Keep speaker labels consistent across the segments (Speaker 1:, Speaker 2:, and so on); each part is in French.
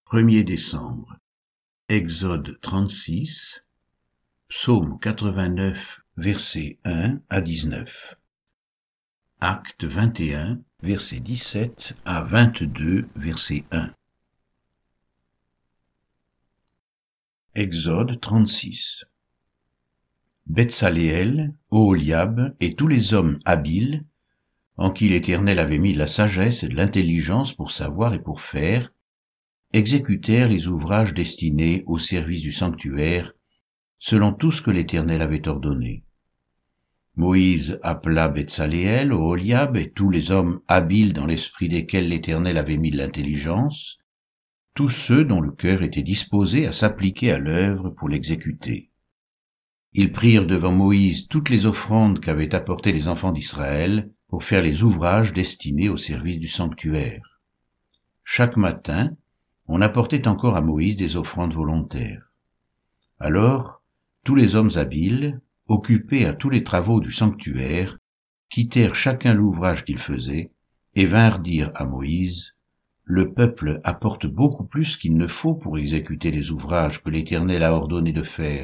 Speaker 1: 1er décembre, Exode 36, Psaume 89, versets 1 à 19, Acte 21, versets 17 à 22, verset 1. Exode 36. Betsaléel, Oholiab et tous les hommes habiles, en qui l'Éternel avait mis de la sagesse et de l'intelligence pour savoir et pour faire, exécutèrent les ouvrages destinés au service du sanctuaire, selon tout ce que l'Éternel avait ordonné. Moïse appela Betsaléel, Oholiab et tous les hommes habiles dans l'esprit desquels l'Éternel avait mis de l'intelligence, tous ceux dont le cœur était disposé à s'appliquer à l'œuvre pour l'exécuter. Ils prirent devant Moïse toutes les offrandes qu'avaient apportées les enfants d'Israël pour faire les ouvrages destinés au service du sanctuaire. Chaque matin, on apportait encore à Moïse des offrandes volontaires. Alors, tous les hommes habiles, occupés à tous les travaux du sanctuaire, quittèrent chacun l'ouvrage qu'il faisait et vinrent dire à Moïse: « Le peuple apporte beaucoup plus qu'il ne faut pour exécuter les ouvrages que l'Éternel a ordonné de faire. »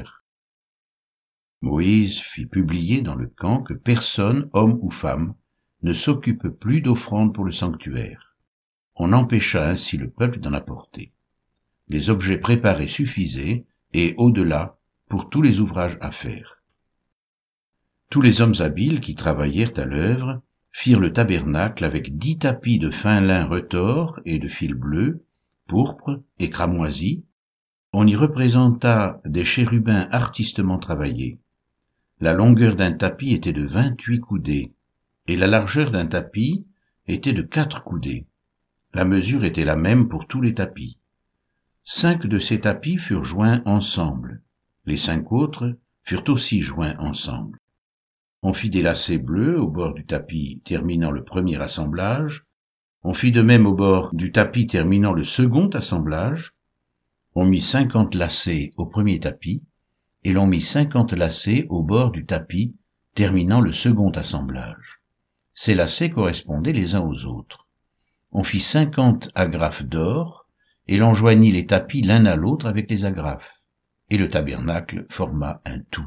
Speaker 1: Moïse fit publier dans le camp que personne, homme ou femme, ne s'occupe plus d'offrandes pour le sanctuaire. On empêcha ainsi le peuple d'en apporter. Les objets préparés suffisaient, et au-delà, pour tous les ouvrages à faire. Tous les hommes habiles qui travaillèrent à l'œuvre firent le tabernacle avec 10 tapis de fin lin retors et de fil bleu, pourpre et cramoisi. On y représenta des chérubins artistement travaillés. La longueur d'un tapis était de 28 coudées, et la largeur d'un tapis était de 4 coudées. La mesure était la même pour tous les tapis. 5 de ces tapis furent joints ensemble. Les 5 autres furent aussi joints ensemble. On fit des lacets bleus au bord du tapis terminant le premier assemblage. On fit de même au bord du tapis terminant le second assemblage. On mit 50 lacets au premier tapis, et l'on mit 50 lacets au bord du tapis terminant le second assemblage. Ces lacets correspondaient les uns aux autres. On fit 50 agrafes d'or, et l'on joignit les tapis l'un à l'autre avec les agrafes, et le tabernacle forma un tout.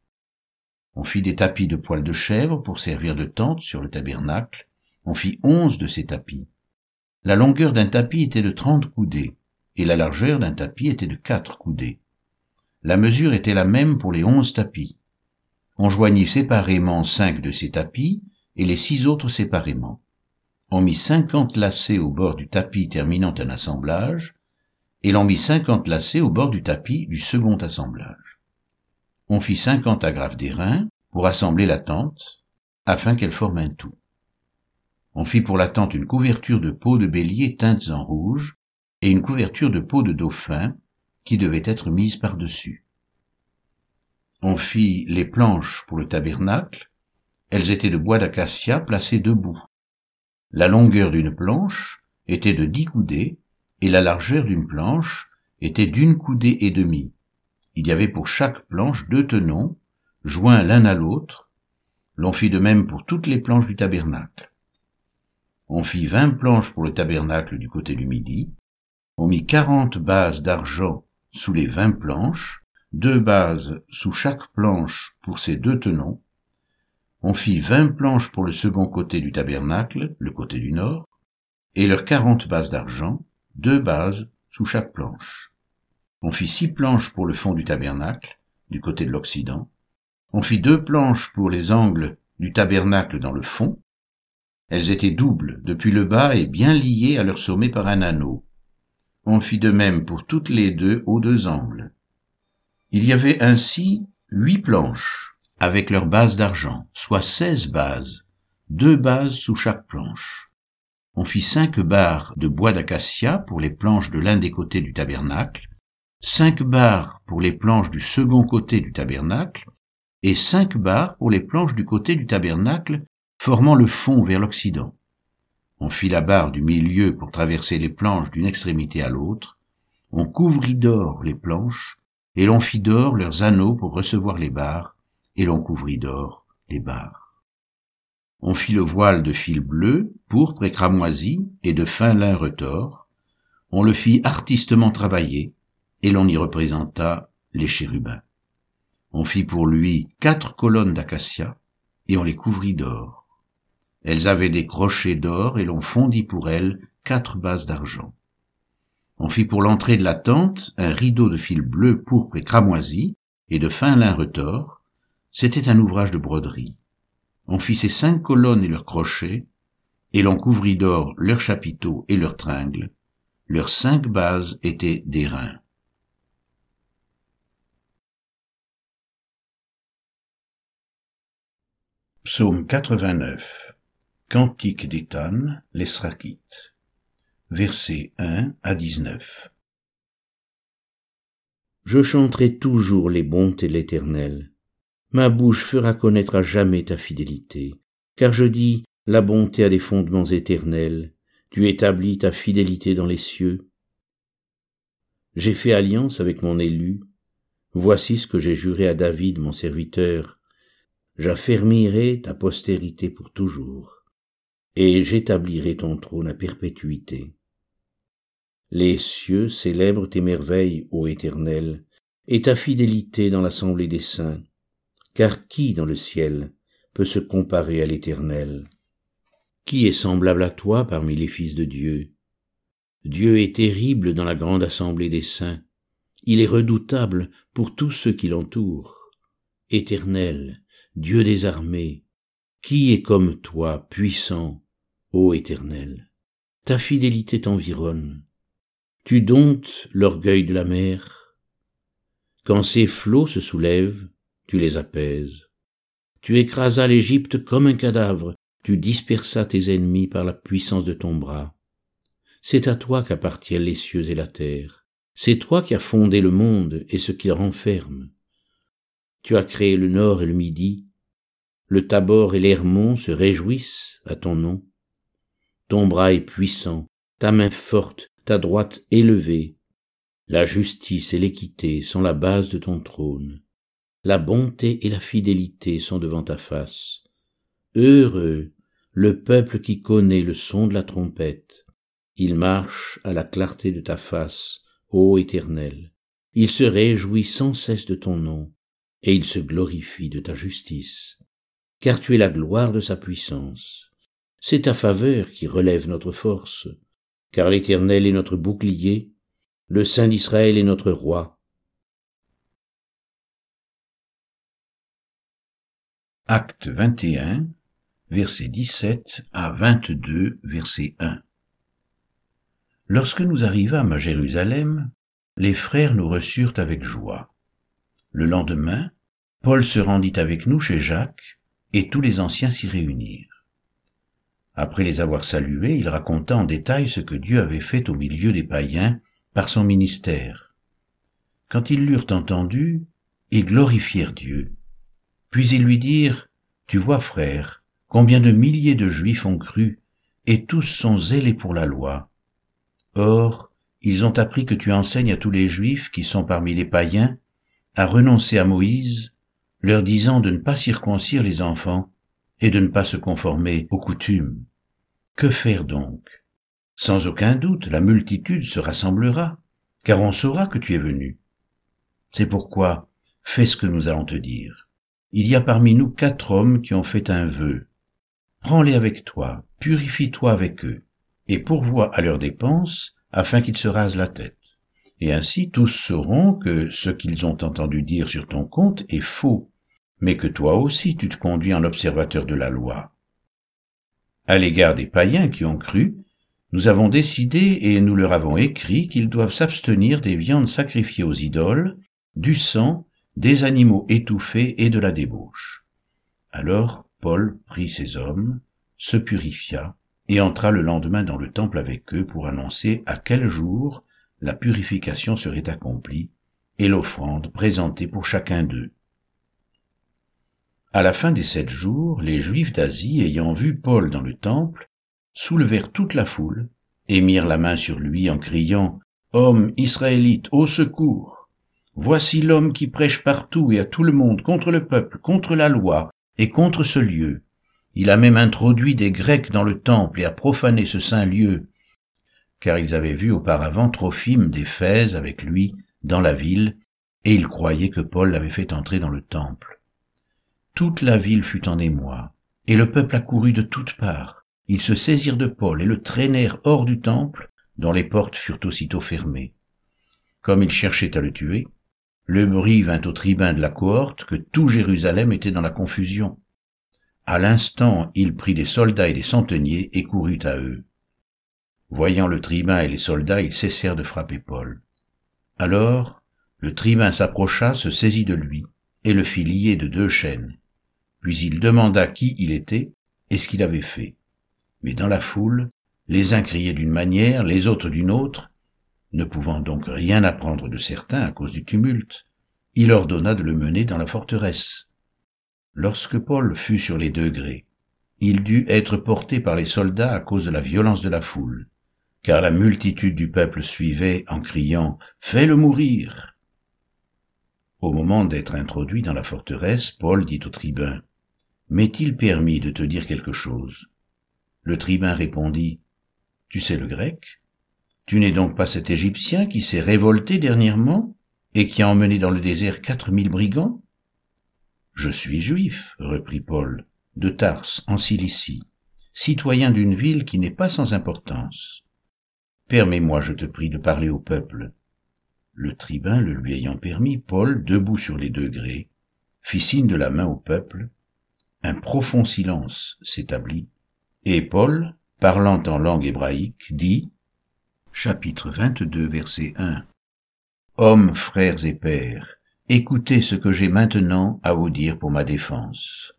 Speaker 1: On fit des tapis de poils de chèvre pour servir de tente sur le tabernacle. On fit 11 de ces tapis. La longueur d'un tapis était de 30 coudées, et la largeur d'un tapis était de 4 coudées. La mesure était la même pour les 11 tapis. On joignit séparément 5 de ces tapis, et les 6 autres séparément. On mit 50 lacets au bord du tapis terminant un assemblage, et l'on mit 50 lacets au bord du tapis du second assemblage. On fit 50 agrafes d'airain pour assembler la tente, afin qu'elle forme un tout. On fit pour la tente une couverture de peaux de bélier teintes en rouge, et une couverture de peau de dauphin, qui devait être mise par-dessus. On fit les planches pour le tabernacle. Elles étaient de bois d'acacia placées debout. La longueur d'une planche était de 10 coudées, et la largeur d'une planche était d'1 coudée et demie. Il y avait pour chaque planche 2 tenons, joints l'un à l'autre. L'on fit de même pour toutes les planches du tabernacle. On fit 20 planches pour le tabernacle du côté du midi. On mit 40 bases d'argent sous les 20 planches, 2 bases sous chaque planche pour ces 2 tenons. On fit 20 planches pour le second côté du tabernacle, le côté du nord, et leurs 40 bases d'argent, 2 bases sous chaque planche. On fit 6 planches pour le fond du tabernacle, du côté de l'occident. On fit 2 planches pour les angles du tabernacle dans le fond. Elles étaient doubles depuis le bas et bien liées à leur sommet par un anneau. On fit de même pour toutes les deux aux 2 angles. Il y avait ainsi 8 planches, avec leurs bases d'argent, soit 16 bases, 2 bases sous chaque planche. On fit 5 barres de bois d'acacia pour les planches de l'un des côtés du tabernacle, 5 barres pour les planches du second côté du tabernacle, et 5 barres pour les planches du côté du tabernacle formant le fond vers l'occident. On fit la barre du milieu pour traverser les planches d'une extrémité à l'autre. On couvrit d'or les planches, et l'on fit d'or leurs anneaux pour recevoir les barres, et l'on couvrit d'or les barres. On fit le voile de fil bleu, pourpre et cramoisi, et de fin lin retors. On le fit artistement travailler, et l'on y représenta les chérubins. On fit pour lui 4 colonnes d'acacia, et on les couvrit d'or. Elles avaient des crochets d'or, et l'on fondit pour elles 4 bases d'argent. On fit pour l'entrée de la tente un rideau de fil bleu, pourpre et cramoisi, et de fin lin retors. C'était un ouvrage de broderie. On fit ces 5 colonnes et leurs crochets, et l'on couvrit d'or leurs chapiteaux et leurs tringles. Leurs 5 bases étaient d'airain. Psaume 89. Cantique d'Éthan, l'Esrakite. Versets 1 à 19.
Speaker 2: Je chanterai toujours les bontés de l'Éternel. Ma bouche fera connaître à jamais ta fidélité, car je dis, la bonté a des fondements éternels, tu établis ta fidélité dans les cieux. J'ai fait alliance avec mon élu, voici ce que j'ai juré à David mon serviteur, j'affermirai ta postérité pour toujours, et j'établirai ton trône à perpétuité. Les cieux célèbrent tes merveilles, ô Éternel, et ta fidélité dans l'assemblée des saints, car qui dans le ciel peut se comparer à l'Éternel? Qui est semblable à toi parmi les fils de Dieu? Dieu est terrible dans la grande assemblée des saints, il est redoutable pour tous ceux qui l'entourent. Éternel, Dieu des armées, qui est comme toi, puissant, ô Éternel? Ta fidélité t'environne. Tu domptes l'orgueil de la mer. Quand ses flots se soulèvent, tu les apaises. Tu écrasas l'Égypte comme un cadavre, tu dispersas tes ennemis par la puissance de ton bras. C'est à toi qu'appartiennent les cieux et la terre. C'est toi qui as fondé le monde et ce qu'il renferme. Tu as créé le nord et le midi. Le Tabor et l'Hermon se réjouissent à ton nom. Ton bras est puissant, ta main forte, ta droite élevée. La justice et l'équité sont la base de ton trône. La bonté et la fidélité sont devant ta face. Heureux le peuple qui connaît le son de la trompette. Il marche à la clarté de ta face, ô Éternel. Il se réjouit sans cesse de ton nom, et il se glorifie de ta justice. Car tu es la gloire de sa puissance. C'est ta faveur qui relève notre force, car l'Éternel est notre bouclier, le Saint d'Israël est notre roi.
Speaker 1: Acte 21, versets 17 à 22, verset 1. Lorsque nous arrivâmes à Jérusalem, les frères nous reçurent avec joie. Le lendemain, Paul se rendit avec nous chez Jacques, et tous les anciens s'y réunirent. Après les avoir salués, il raconta en détail ce que Dieu avait fait au milieu des païens par son ministère. Quand ils l'eurent entendu, ils glorifièrent Dieu. Puis ils lui dirent, « Tu vois, frère, combien de milliers de Juifs ont cru, et tous sont zélés pour la loi. Or, ils ont appris que tu enseignes à tous les Juifs qui sont parmi les païens à renoncer à Moïse, leur disant de ne pas circoncire les enfants et de ne pas se conformer aux coutumes. Que faire donc? Sans aucun doute, la multitude se rassemblera, car on saura que tu es venu. C'est pourquoi, fais ce que nous allons te dire. Il y a parmi nous 4 hommes qui ont fait un vœu. Prends-les avec toi, purifie-toi avec eux, et pourvois à leurs dépenses, afin qu'ils se rasent la tête. Et ainsi tous sauront que ce qu'ils ont entendu dire sur ton compte est faux, mais que toi aussi tu te conduis en observateur de la loi. À l'égard des païens qui ont cru, nous avons décidé et nous leur avons écrit qu'ils doivent s'abstenir des viandes sacrifiées aux idoles, du sang, des animaux étouffés et de la débauche. Alors Paul prit ses hommes, se purifia et entra le lendemain dans le temple avec eux pour annoncer à quel jour la purification serait accomplie et l'offrande présentée pour chacun d'eux. À la fin des 7 jours, les Juifs d'Asie, ayant vu Paul dans le temple, soulevèrent toute la foule et mirent la main sur lui en criant « Homme israélite, au secours! Voici l'homme qui prêche partout et à tout le monde contre le peuple, contre la loi et contre ce lieu. Il a même introduit des Grecs dans le temple et a profané ce saint lieu. car ils avaient vu auparavant Trophime d'Éphèse avec lui dans la ville, et ils croyaient que Paul l'avait fait entrer dans le temple. Toute la ville fut en émoi, et le peuple accourut de toutes parts. Ils se saisirent de Paul et le traînèrent hors du temple, dont les portes furent aussitôt fermées. Comme ils cherchaient à le tuer, le bruit vint au tribun de la cohorte que tout Jérusalem était dans la confusion. À l'instant, il prit des soldats et des centeniers et courut à eux. Voyant le tribun et les soldats, ils cessèrent de frapper Paul. Alors, le tribun s'approcha, se saisit de lui, et le fit lier de 2 chaînes. Puis il demanda qui il était et ce qu'il avait fait. Mais dans la foule, les uns criaient d'une manière, les autres d'une autre. Ne pouvant donc rien apprendre de certains à cause du tumulte, il ordonna de le mener dans la forteresse. Lorsque Paul fut sur les degrés, il dut être porté par les soldats à cause de la violence de la foule, car la multitude du peuple suivait en criant « Fais-le mourir !» Au moment d'être introduit dans la forteresse, Paul dit au tribun « M'est-il permis de te dire quelque chose ?» Le tribun répondit « Tu sais le grec ? Tu n'es donc pas cet Égyptien qui s'est révolté dernièrement et qui a emmené dans le désert 4000 brigands ? » « Je suis juif, reprit Paul, de Tarse, en Cilicie, citoyen d'une ville qui n'est pas sans importance. Permets-moi, je te prie, de parler au peuple. » Le tribun le lui ayant permis, Paul, debout sur les degrés, fit signe de la main au peuple. Un profond silence s'établit, et Paul, parlant en langue hébraïque, dit, chapitre 22, verset 1, « Hommes, frères et pères, écoutez ce que j'ai maintenant à vous dire pour ma défense.